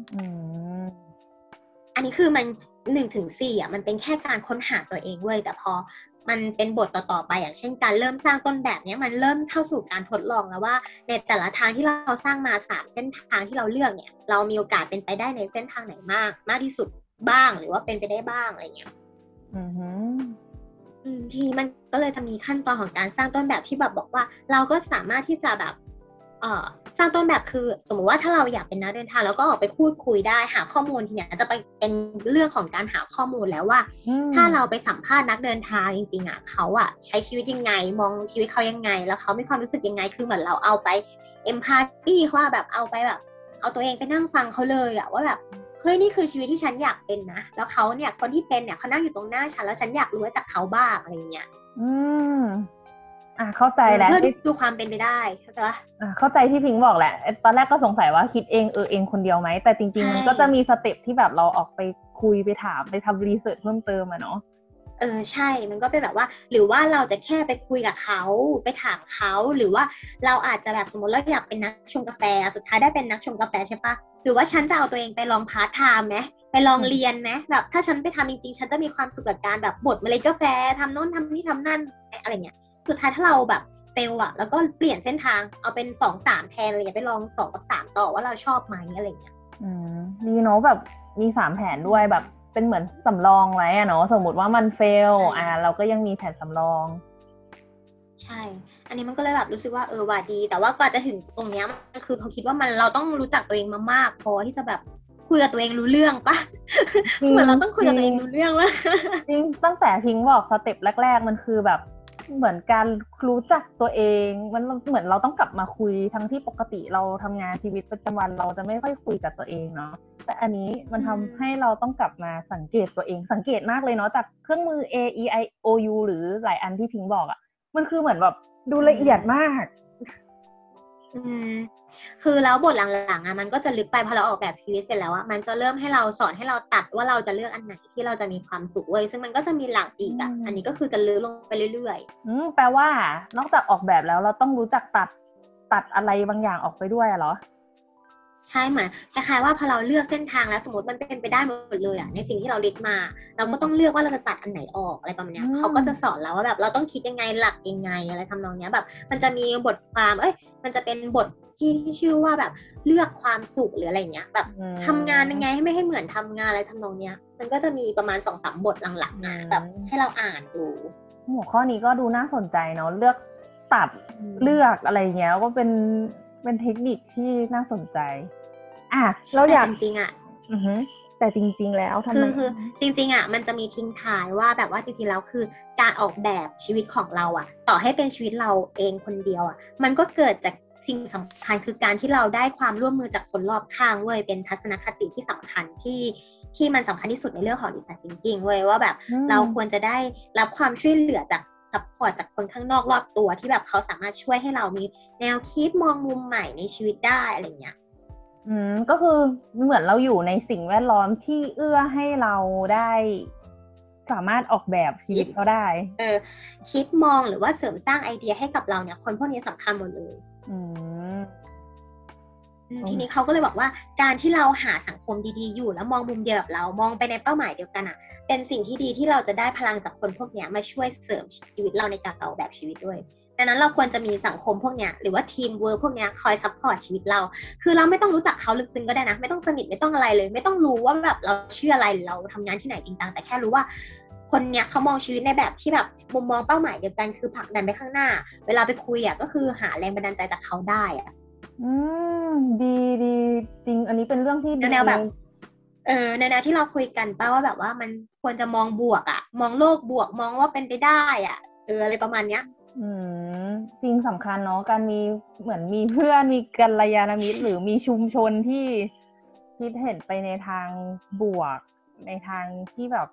อันนี้คือมันหนึ่งถึงสี่อ่ะมันเป็นแค่การค้นหาตัวเองเว้ยแต่พอมันเป็นบทต่อๆไปอย่างเช่นการเริ่มสร้างต้นแบบเนี้ยมันเริ่มเข้าสู่การทดลองแล้วว่าในแต่ละทางที่เราสร้างมาสามเส้นทางที่เราเลือกเนี่ยเรามีโอกาสเป็นไปได้ในเส้นทางไหนมากมากที่สุดบ้างหรือว่าเป็นไปได้บ้างอะไรเงี้ยอือฮึทีนี้มันก็เลยจะมีขั้นตอนของการสร้างต้นแบบที่แบบบอกว่าเราก็สามารถที่จะแบบเอ่อสร้างต้นแบบคือสมมุติว่าถ้าเราอยากเป็นนักเดินทางแล้วก็ออกไปพูดคุยได้หาข้อมูลทีเนี้ยจะไปเป็นเรื่องของการหาข้อมูลแล้วว่าถ้าเราไปสัมภาษณ์นักเดินทางจริงๆอ่ะเขาอ่ะใช้ชีวิตยังไงมองชีวิตเขายังไงแล้วเขามีความรู้สึกยังไงคือเหมือนเราเอาไปเอมพาธีเขาว่าแบบเอาไปแบบเอาตัวเองไปนั่งฟังเขาเลยอ่ะว่าแบบเฮ้ยนี่คือชีวิตที่ฉันอยากเป็นนะแล้วเขาเนี่ยคนที่เป็นเนี่ยเขานั่งอยู่ตรงหน้าฉันแล้วฉันอยากรู้จากเขาบ้างอะไรเงี้ยอืมอ่ะเข้าใจแล้วเพื่อดูความเป็นไปได้เข้าใจปะอ่ะเข้าใจที่พิงบอกแหละตอนแรกก็สงสัยว่าคิดเองเออเองคนเดียวไหมแต่จริงๆมันก็จะมีสเต็ปที่แบบเราออกไปคุยไปถามไปทำรีเสิร์ชเพิ่มเติมอะเนาะเออใช่มันก็เป็นแบบว่าหรือว่าเราจะแค่ไปคุยกับเขาไปถามเขาหรือว่าเราอาจจะแบบสมมติเราอยากเป็นนักชงกาแฟสุดท้ายได้เป็นนักชงกาแฟใช่ปะหรือว่าฉันจะเอาตัวเองไปลองพาร์ทไทม์ไหมไปลองเรียนไหมแบบถ้าฉันไปทำจริงๆฉันจะมีความสุขกับการแบบบดเมล็ดกาแฟทำโน่นทำนี่ทำนั่นอะไรเงี้ยสุดท้ายถ้าเราแบบเฟลอะแล้วก็เปลี่ยนเส้นทางเอาเป็นสองสามแทนอะไรเงี้ยไปลองสองกับสามต่อว่าเราชอบไหมอะไรเงี้ยอืมดีเนาะแบบมีสามแผนด้วยแบบเป็นเหมือนสำรองไว้อะเนาะสมมติว่ามันเฟลอ่ะเราก็ยังมีแผนสำรองใช่อันนี้มันก็เลยแบบรู้สึกว่าเออว่าดีแต่ว่าก่อนจะถึงตรงเนี้ยมันคือเขาคิดว่ามันเราต้องรู้จักตัวเองมามากพอที่จะแบบคุยกับตัวเองรู้เรื่องปะเหมือนเราต้องคุยกับตัวเองรู้เรื่องว่าจริงตั้งแต่พิงบอกสเต็ปแรกๆมันคือแบบเหมือนการรู้จักตัวเองมันเหมือนเราต้องกลับมาคุยทั้งที่ปกติเราทำงานชีวิตประจำวันเราจะไม่ค่อยคุยกับตัวเองเนาะแต่อันนี้มันทำให้เราต้องกลับมาสังเกตตัวเองสังเกตมากเลยเนาะจากเครื่องมือ A E I O U หรือหลายอันที่พิงบอกอะมันคือเหมือนแบบดูละเอียดมากอืมคือแล้วบทหลังๆอ่ะมันก็จะลึกไปพอเราออกแบบชีวิตเสร็จแล้วอ่ะมันจะเริ่มให้เราสอนให้เราตัดว่าเราจะเลือกอันไหนที่เราจะมีความสุขเว้ยซึ่งมันก็จะมีหลังอีกอ่ะอันนี้ก็คือจะลึกลงไปเรื่อยๆอืมแปลว่านอกจากออกแบบแล้วเราต้องรู้จักตัดตัดอะไรบางอย่างออกไปด้วยเหรอใช่เหมือนคล้ายๆว่าพอเราเลือกเส้นทางแล้วสมมติมันเป็นไปได้หมดเลยอ่ะในสิ่งที่เราลิสต์มาเราก็ต้องเลือกว่าเราจะตัดอันไหนออกอะไรประมาณนี้เขาก็จะสอนเราว่าแบบเราต้องคิดยังไงหลักยังไงอะไรทำนองนี้แบบมันจะมีบทความเอ้ยมันจะเป็นบทที่ที่ชื่อว่าแบบเลือกความสุขหรืออะไรเงี้ยแบบทำงานยังไงให้ไม่ให้เหมือนทำงานอะไรทำนองเนี้ยมันก็จะมีประมาณสองสามบทหลังๆนะแบบให้เราอ่านดูหัวข้อนี้ก็ดูน่าสนใจเนาะเลือกตัดเลือกอะไรเงี้ยก็เป็นเป็นเทคนิคที่น่าสนใจอ่ะเราอยากจริงๆอ่ะอือฮึแต่จริงๆแล้วทำไมคือจริงๆอ่ะมันจะมีทิ้งท้ายว่าแบบว่าจริงๆแล้วคือการออกแบบชีวิตของเราอ่ะต่อให้เป็นชีวิตเราเองคนเดียวอ่ะมันก็เกิดจากสิ่งสำคัญคือการที่เราได้ความร่วมมือจากคนรอบข้างเว้ยเป็นทัศนคติที่สำคัญที่ที่มันสำคัญที่สุดในเรื่องของ design thinking เว้ยว่าแบบเราควรจะได้รับความช่วยเหลือจากซัพพอร์ตจากคนข้างนอกรอบตัวที่แบบเขาสามารถช่วยให้เรามีแนวคิดมองมุมใหม่ในชีวิตได้อะไรเงี้ยอืมก็คือเหมือนเราอยู่ในสิ่งแวดล้อมที่เอื้อให้เราได้สามารถออกแบบชีวิตเราได้เออคิดมองหรือว่าเสริมสร้างไอเดียให้กับเราเนี่ยคนพวกนี้สำคัญหมดเลยอืมทีนี้เขาก็เลยบอกว่าการที่เราหาสังคมดีๆอยู่แล้วมองมุมเดียวกับเรามองไปในเป้าหมายเดียวกันอ่ะเป็นสิ่งที่ดีที่เราจะได้พลังจากคนพวกนี้มาช่วยเสริมชีวิตเราในการออกแบบชีวิตด้วยดังนั้นเราควรจะมีสังคมพวกเนี้ยหรือว่าทีมเวิร์คพวกเนี้ยคอยซัพพอร์ตชีวิตเราคือเราไม่ต้องรู้จักเขาลึกซึ้งก็ได้นะไม่ต้องสนิทไม่ต้องอะไรเลยไม่ต้องรู้ว่าแบบเราชื่ออะไรหรือเราทำงานที่ไหนจริงจังแต่แค่รู้ว่าคนเนี้ยเขามองชีวิตในแบบที่แบบมุมมองเป้าหมายเดียวกันคือผลักดันไปข้างหน้าเวลาไปคุยอ่ะก็คือหาแรงบันดาลใจจากเขาได้อ่ะอืมดีดีจริงอันนี้เป็นเรื่องที่ดีแนวแบบเออในแนวที่เราคุยกันป่ะว่าแบบว่ามันควรจะมองบวกอ่ะมองโลกบวกมองว่าเป็นไปได้อ่ะเอออะไรประมาณเนี้ยอืมจริงสำคัญเนาะการมีเหมือนมีเพื่อนมีกัลยาณมิตรหรือมีชุมชนที่คิดเห็นไปในทางบวกในทางที่แบบ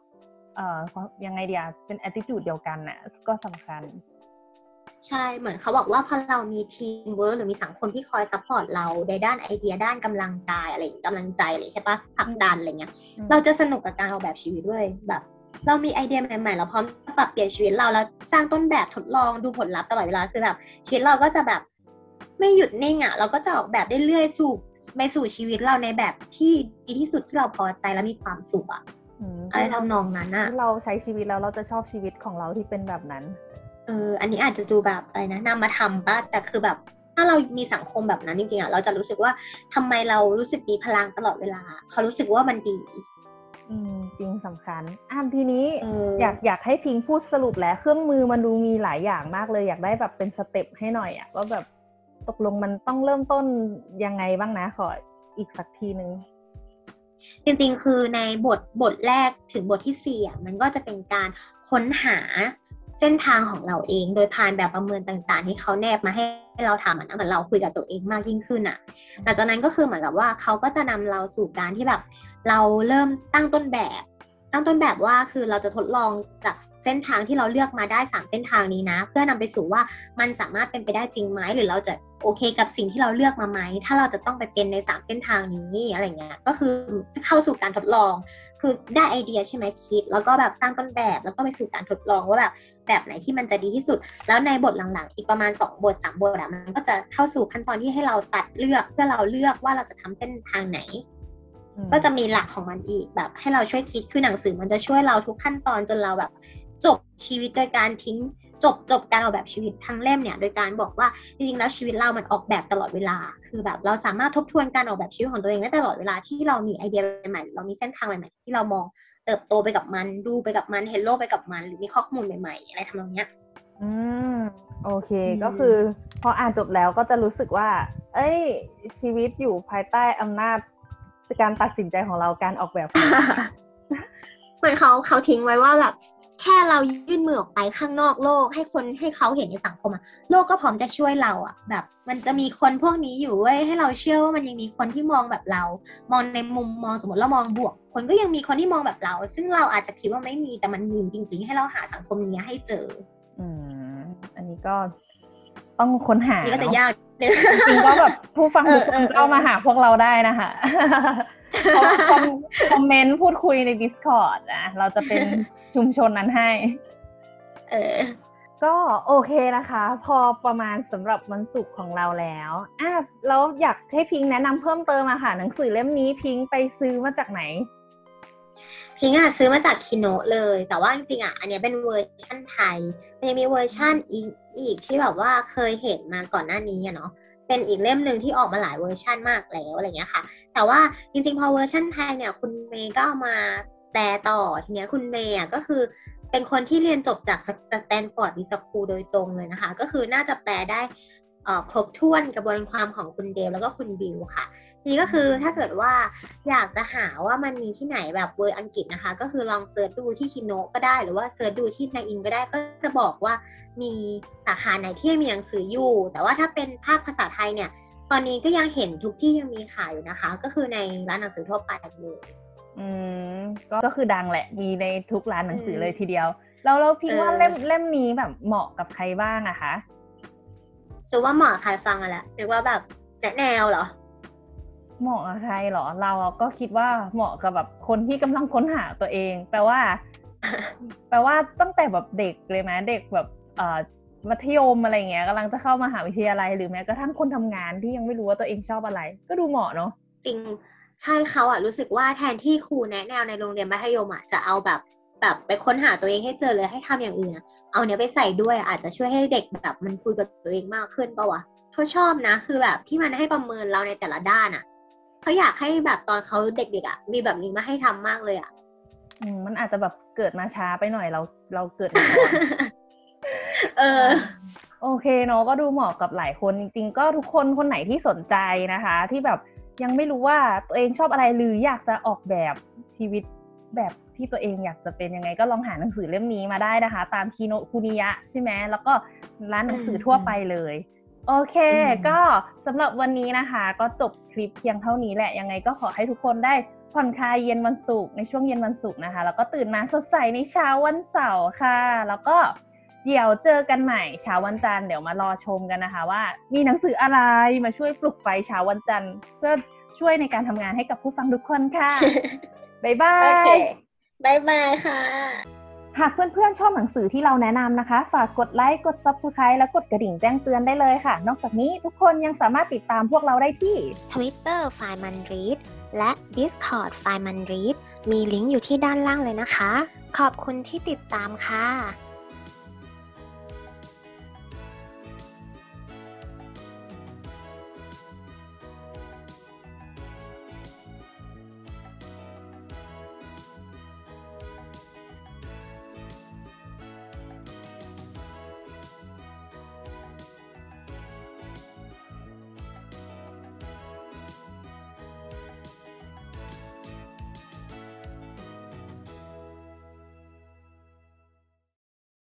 เอ่อยังไงเดียเป็น attitude เดียวกันน่ะก็สำคัญใช่เหมือนเขาบอกว่าพอเรามีทีมเวิร์คหรือมีสังคมที่คอยซัพพอร์ตเราในด้านไอเดียด้านกำลังกายอะไรกำลังใจอะไรใช่ปะผลักดันอะไรเงี้ยเราจะสนุกกับการออกแบบชีวิตด้วยแบบเรามีไอเดียใหม่ๆเราพร้อมปรับเปลี่ยนชีวิตเราแล้วสร้างต้นแบบทดลองดูผลลัพธ์ตลอดเวลาคือแบบชีวิตเราก็จะแบบไม่หยุดนิ่งอ่ะเราก็จะออกแบบได้เรื่อยสู่ไปสู่ชีวิตเราในแบบที่ดีที่สุดที่เราพอใจและมีความสุขอ่ะอะไรทำนองนั้นอ่ะเราใช้ชีวิตแล้วเราจะชอบชีวิตของเราที่เป็นแบบนั้นเอออันนี้อาจจะดูแบบอะไรนะนำมาทำป่ะแต่คือแบบถ้าเรามีสังคมแบบนั้นจริงๆอ่ะเราจะรู้สึกว่าทำไมเรารู้สึกมีพลังตลอดเวลาเขารู้สึกว่ามันดีอืมจริงสำคัญอ่ะทีนี้ออยากอยากให้พิงพูดสรุปแล้วเครื่องมือมันดูมีหลายอย่างมากเลยอยากได้แบบเป็นสเต็ปให้หน่อยอ่ะว่าแบบตกลงมันต้องเริ่มต้นยังไงบ้างนะขออีกสักทีนึงจริงๆคือในบทบทแรกถึงบทที่สี่อ่ะมันก็จะเป็นการค้นหาเส้นทางของเราเองโดยผ่านแบบประเมินต่างๆที่เขาแนบมาให้เราทำอ่ะเหมือนเราคุยกับตัวเองมากยิ่งขึ้นอ่ะหลังจากนั้นก็คือเหมือนกับว่าเขาก็จะนำเราสู่การที่แบบเราเริ่มตั้งต้นแบบตั้งต้นแบบว่าคือเราจะทดลองจากเส้นทางที่เราเลือกมาได้สามเส้นทางนี้นะเพื่อนำไปสู่ว่ามันสามารถเป็นไปได้จริงไหมหรือเราจะโอเคกับสิ่งที่เราเลือกมาไหมถ้าเราจะต้องไปเป็นในสามเส้นทางนี้อะไรเงี้ยก็คือเข้าสู่การทดลองคือได้ไอเดียใช่ไหมคิดแล้วก็แบบสร้างต้นแบบแล้วก็ไปสู่การทดลองว่าแบบแบบไหนที่มันจะดีที่สุดแล้วในบทหลังๆอีกประมาณสองบทสามบทอะมันก็จะเข้าสู่ขั้นตอนที่ให้เราตัดเลือกเพื่อเราเลือกว่าเราจะทำเส้นทางไหนก็จะมีหลักของมันอีกแบบให้เราช่วยคิดคือหนังสือมันจะช่วยเราทุกขั้นตอนจนเราแบบจบชีวิตโดยการทิ้งจบจบการออกแบบชีวิตทั้งเล่มเนี่ยโดยการบอกว่าจริงๆแล้วชีวิตเรามันออกแบบตลอดเวลาคือแบบเราสามารถทบทวนการออกแบบชีวิตของตัวเองได้ตลอดเวลาที่เรามีไอเดียใหม่ๆเรามีเส้นทางใหม่ๆที่เรามองเติบโตไปกับมันดูไปกับมันเห็นโลกไปกับมันหรือมีข้อมูลใหม่ๆอะไรทำนองเนี้ยอืมโอเคก็คือพออ่านจบแล้วก็จะรู้สึกว่าเอ้ยชีวิตอยู่ภายใต้อำนาจการตัดสินใจของเราการออกแบบเหมือนเขาเขาทิ้งไว้ว่าแบบแค่เรายื่นมือออกไปข้างนอกโลกให้คนให้เขาเห็นในสังคมอะโลกก็พร้อมจะช่วยเราอะแบบมันจะมีคนพวกนี้อยู่เว้ยให้เราเชื่อว่ามันยังมีคนที่มองแบบเรามองในมุมมองสมมติเรามองบวกคนก็ยังมีคนที่มองแบบเราซึ่งเราอาจจะคิดว่าไม่มีแต่มันมีจริงๆให้เราหาสังคมนี้ให้เจออืมอันนี้ก็ต้องค้นหานี่ก็จะยากจริงๆก็แบบผู้ฟังทุกคนก็มาหาพวกเราได้นะคะคอมเมนต์พูดคุยใน Discord นะเราจะเป็นชุมชนนั้นให้เออก็โอเคนะคะพอประมาณสำหรับวันศุกร์ของเราแล้วอ่ะแล้วอยากให้พิงแนะนำเพิ่มเติมอะค่ะหนังสือเล่มนี้พิงไปซื้อมาจากไหนพิงอ่ะซื้อมาจากคิโนะเลยแต่ว่าจริงๆอ่ะอันนี้เป็นเวอร์ชั่นไทยมันยังมีเวอร์ชั่นอีกอีกที่แบบว่าเคยเห็นมาก่อนหน้านี้อ่ะเนาะเป็นอีกเล่มหนึ่งที่ออกมาหลายเวอร์ชั่นมากแล้วอะไรเงี้ยค่ะแต่ว่าจริงๆพอเวอร์ชั่นไทยเนี่ยคุณเมย์ก็เอามาแปลต่อทีเนี้ยคุณเมย์อ่ะก็คือเป็นคนที่เรียนจบจากสแตนฟอร์ดบิสคูลโดยตรงเลยนะคะก็คือน่าจะแปลได้ครบถ้วนกระบวนความของคุณเดลแล้วก็คุณบิวค่ะนี่ก็คือถ้าเกิดว่าอยากจะหาว่ามันมีที่ไหนแบบเวอร์อังกฤษนะคะก็คือลองเสิร์ชดูที่คิโนะก็ได้หรือว่าเสิร์ชดูที่ในอินก็ได้ก็จะบอกว่ามีสาขาไหนที่มีหนังสืออยู่แต่ว่าถ้าเป็นภาคภาษาไทยเนี่ยตอนนี้ก็ยังเห็นทุกที่ยังมีขายอยู่นะคะก็คือในร้านหนังสือทั่วไปเลยอืมก็ก็คือดังแหละมีในทุกร้านหนังสือเลยทีเดียวแล้วเราพิงว่าเล่มเล่มนี้แบบเหมาะกับใครบ้างอะคะจะว่าเหมาะใครฟังอะแหละหรือว่าแบบแนวเหรอเหมาะกับใครเหรอเราก็คิดว่าเหมาะกับแบบคนที่กำลังค้นหาตัวเองแปลว่าแปลว่าตั้งแต่แบบเด็กเลยไหมเด็กแบบเอ่อมัธยมอะไรเงี้ยกำลังจะเข้ามหาวิทยาลัยหรือแม้กระทั่งคนทำงานที่ยังไม่รู้ว่าตัวเองชอบอะไรก็ดูเหมาะเนาะจริงใช่เขาอะรู้สึกว่าแทนที่ครูแนะแนวในโรงเรียนมัธยมอะจะเอาแบบแบบไปค้นหาตัวเองให้เจอเลยให้ทำอย่างอื่นอะเอาเนี้ยไปใส่ด้วยอาจจะช่วยให้เด็กแบบมันคุยกับตัวเองมากขึ้นป่าววะเขาชอบนะคือแบบที่มันให้ประเมินเราในแต่ละด้านอะเขาอยากให้แบบตอนเขาเด็กๆอะมีแบบนี้มาให้ทำมากเลยอะอืมมันอาจจะแบบเกิดมาช้าไปหน่อยเราเราเกิดมาก่อนเออโอเคเนาะก็ดูเหมาะกับหลายคนจริงๆก็ทุกคนคนไหนที่สนใจนะคะที่แบบยังไม่รู้ว่าตัวเองชอบอะไรหรืออยากจะออกแบบชีวิตแบบที่ตัวเองอยากจะเป็นยังไงก็ลองหาหนังสือเล่มนี้มาได้นะคะตามคิโนะคุนิยะใช่ไหมแล้วก็ร้านหนังสือทั่วไปเลยโอเคก็สำหรับวันนี้นะคะก็จบคลิปเพียงเท่านี้แหละยังไงก็ขอให้ทุกคนได้ผ่อนคลายเย็นวันศุกร์ในช่วงเย็นวันศุกร์นะคะแล้วก็ตื่นมาสดใสในเช้าวันเสาร์ค่ะแล้วก็เดี๋ยวเจอกันใหม่เช้าวันจันทร์เดี๋ยวมารอชมกันนะคะว่ามีหนังสืออะไรมาช่วยปลุกไฟเช้าวันจันทร์เพื่อช่วยในการทำงานให้กับผู้ฟังทุกคนค่ะ บ๊ายบายโอเคบ๊ายบายค่ะหากเพื่อนๆชอบหนังสือที่เราแนะนำนะคะฝากกดไลค์กด ซับสไครบ์ และกดกระดิ่งแจ้งเตือนได้เลยค่ะนอกจากนี้ทุกคนยังสามารถติดตามพวกเราได้ที่ Twitter ไฟมันรีดและ Discord ไฟมันรีดมีลิงก์อยู่ที่ด้านล่างเลยนะคะขอบคุณที่ติดตามค่ะ